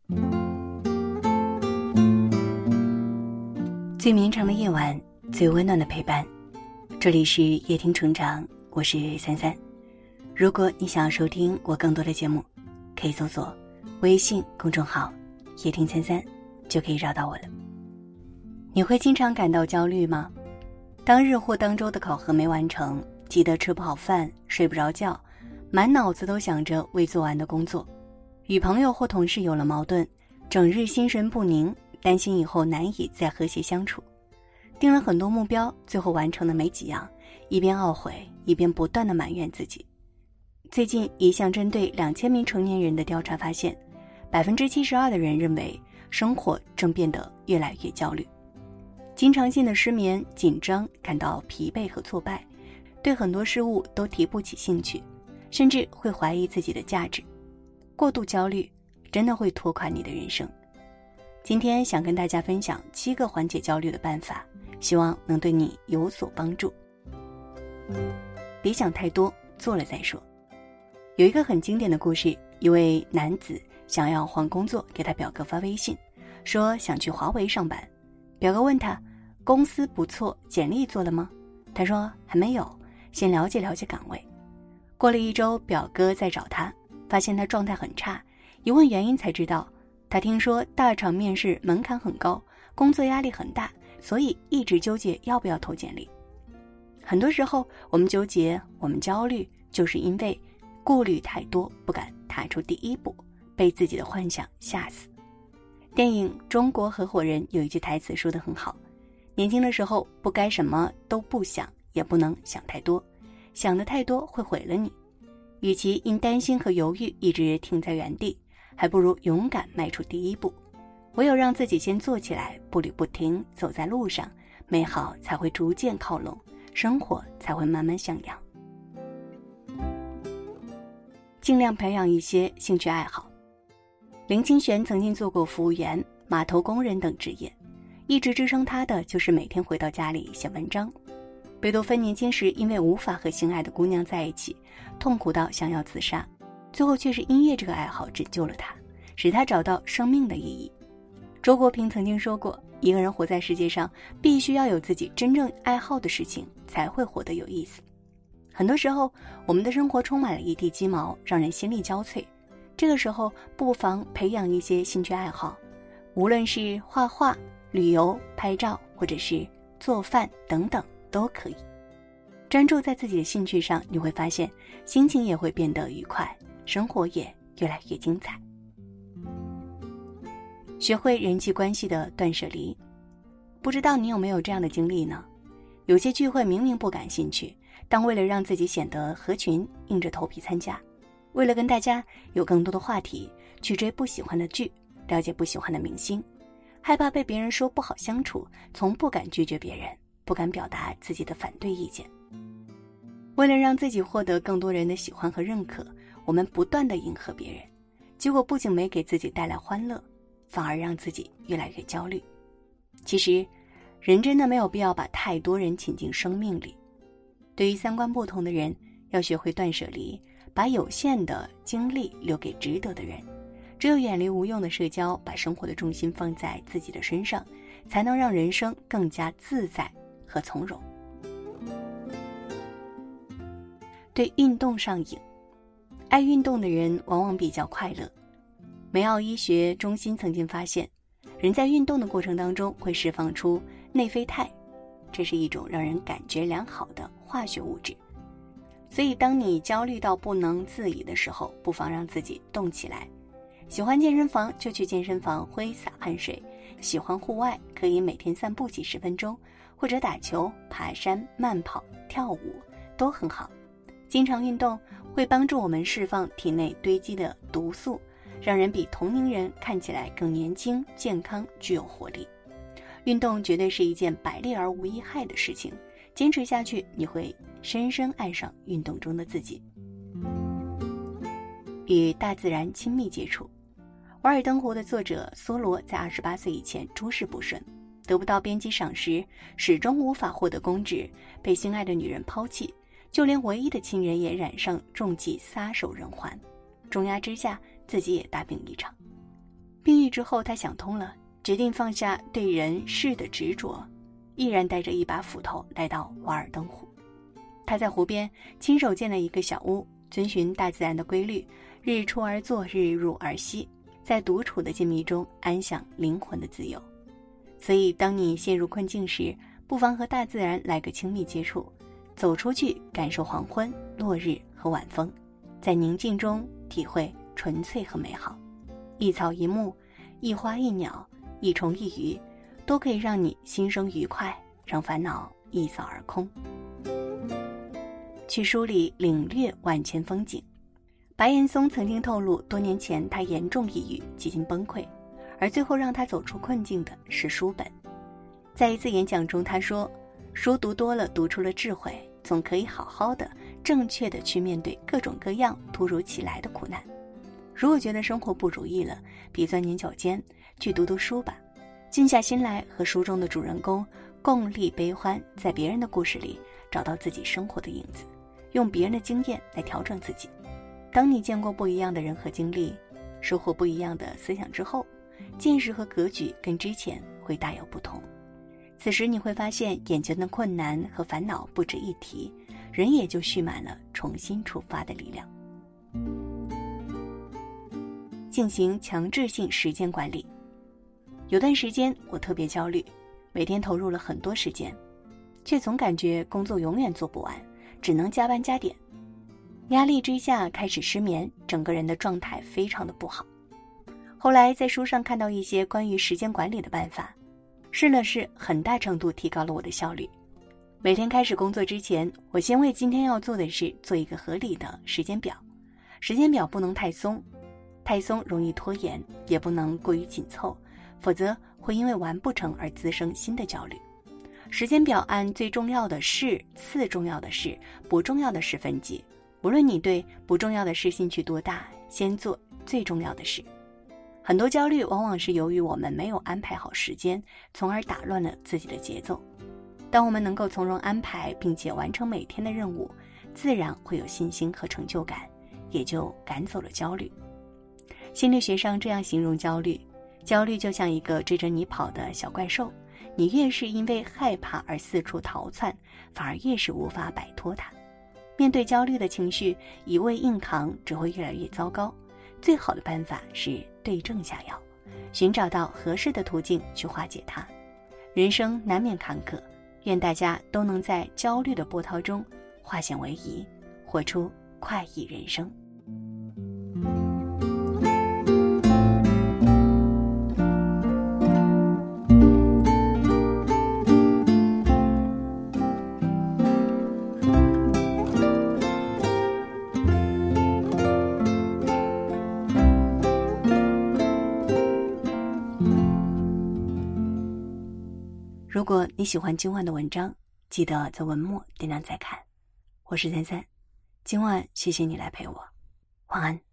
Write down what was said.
最绵长的夜晚，最温暖的陪伴。这里是夜听成长，我是三三。如果你想要收听我更多的节目，可以搜索微信公众号夜听三三，就可以找到我了。你会经常感到焦虑吗？当日或当周的考核没完成，急得吃不好饭，睡不着觉，满脑子都想着未做完的工作，与朋友或同事有了矛盾，整日心神不宁，担心以后难以再和谐相处。定了很多目标，最后完成的没几样，一边懊悔，一边不断地埋怨自己。最近一项针对2000名成年人的调查发现，72%的人认为生活正变得越来越焦虑，经常性的失眠、紧张，感到疲惫和挫败，对很多事物都提不起兴趣，甚至会怀疑自己的价值。过度焦虑真的会拖垮你的人生。今天想跟大家分享7个缓解焦虑的办法，希望能对你有所帮助。别想太多，做了再说。有一个很经典的故事，一位男子想要换工作，给他表哥发微信，说想去华为上班。表哥问他，公司不错，简历做了吗？他说还没有，先了解了解岗位。过了1周，表哥再找他，发现他状态很差，一问原因才知道，他听说大厂面试门槛很高，工作压力很大，所以一直纠结要不要投简历。很多时候我们纠结，我们焦虑，就是因为顾虑太多，不敢踏出第一步，被自己的幻想吓死。电影《中国合伙人》有一句台词说得很好，年轻的时候不该什么都不想，也不能想太多，想得太多会毁了你。与其因担心和犹豫一直停在原地，还不如勇敢迈出第一步。唯有让自己先做起来，步履不停，走在路上，美好才会逐渐靠拢，生活才会慢慢向阳。尽量培养一些兴趣爱好。林清玄曾经做过服务员、码头工人等职业，一直支撑他的就是每天回到家里写文章。贝多芬年轻时因为无法和心爱的姑娘在一起，痛苦到想要自杀，最后却是音乐这个爱好拯救了他，使他找到生命的意义。周国平曾经说过，一个人活在世界上，必须要有自己真正爱好的事情，才会活得有意思。很多时候，我们的生活充满了一地鸡毛，让人心力交瘁。这个时候，不妨培养一些兴趣爱好，无论是画画、旅游、拍照，或者是做饭等等，都可以。专注在自己的兴趣上，你会发现心情也会变得愉快，生活也越来越精彩。学会人际关系的断舍离。不知道你有没有这样的经历呢？有些聚会明明不感兴趣，但为了让自己显得合群，硬着头皮参加。为了跟大家有更多的话题，去追不喜欢的剧，了解不喜欢的明星，害怕被别人说不好相处，从不敢拒绝别人，不敢表达自己的反对意见。为了让自己获得更多人的喜欢和认可，我们不断地迎合别人，结果不仅没给自己带来欢乐，反而让自己越来越焦虑。其实，人真的没有必要把太多人请进生命里。对于三观不同的人，要学会断舍离，把有限的精力留给值得的人。只有远离无用的社交，把生活的重心放在自己的身上，才能让人生更加自在和从容。对运动上瘾。爱运动的人往往比较快乐。美奥医学中心曾经发现，人在运动的过程当中会释放出内啡肽，这是一种让人感觉良好的化学物质。所以当你焦虑到不能自已的时候，不妨让自己动起来。喜欢健身房就去健身房挥洒汗水，喜欢户外可以每天散步几十分钟，或者打球、爬山、慢跑、跳舞都很好。经常运动会帮助我们释放体内堆积的毒素，让人比同龄人看起来更年轻、健康、具有活力。运动绝对是一件百利而无一害的事情，坚持下去，你会深深爱上运动中的自己。与大自然亲密接触。瓦尔登湖的作者梭罗在28岁以前诸事不顺，得不到编辑赏识，始终无法获得公职，被心爱的女人抛弃，就连唯一的亲人也染上重疾，撒手人寰。重压之下，自己也大病一场。病愈历之后，他想通了，决定放下对人事的执着，毅然带着一把斧头来到瓦尔登湖。他在湖边亲手建了一个小屋，遵循大自然的规律，日出而作，日入而息，在独处的静谧中安享灵魂的自由。所以当你陷入困境时，不妨和大自然来个亲密接触，走出去感受黄昏、落日和晚风，在宁静中体会纯粹和美好。一草一木，一花一鸟，一虫一鱼，都可以让你心生愉快，让烦恼一扫而空。去书里领略万千风景。白岩松曾经透露，多年前他严重抑郁，几近崩溃，而最后让他走出困境的是书本。在一次演讲中，他说，书读多了，读出了智慧，总可以好好的、正确的去面对各种各样突如其来的苦难。如果觉得生活不如意了，别钻牛角尖，去读读书吧，静下心来和书中的主人公共历悲欢，在别人的故事里找到自己生活的影子，用别人的经验来调整自己。当你见过不一样的人和经历，收获不一样的思想之后，见识和格局跟之前会大有不同。此时你会发现，眼前的困难和烦恼不值一提，人也就蓄满了重新出发的力量。进行强制性时间管理。有段时间我特别焦虑，每天投入了很多时间，却总感觉工作永远做不完，只能加班加点。压力之下开始失眠，整个人的状态非常的不好。后来在书上看到一些关于时间管理的办法，试了试，很大程度提高了我的效率。每天开始工作之前，我先为今天要做的事做一个合理的时间表。时间表不能太松，太松容易拖延，也不能过于紧凑，否则会因为完不成而滋生新的焦虑。时间表按最重要的事、次重要的事、不重要的事分级，无论你对不重要的事兴趣多大，先做最重要的事。很多焦虑往往是由于我们没有安排好时间，从而打乱了自己的节奏。当我们能够从容安排并且完成每天的任务，自然会有信心和成就感，也就赶走了焦虑。心理学上这样形容焦虑，焦虑就像一个追着你跑的小怪兽，你越是因为害怕而四处逃窜，反而越是无法摆脱它。面对焦虑的情绪，一味硬扛只会越来越糟糕。最好的办法是对症下药，寻找到合适的途径去化解它。人生难免坎坷，愿大家都能在焦虑的波涛中化险为夷，活出快意人生。如果你喜欢今晚的文章，记得在文末点亮再看。我是33，今晚谢谢你来陪我，晚安。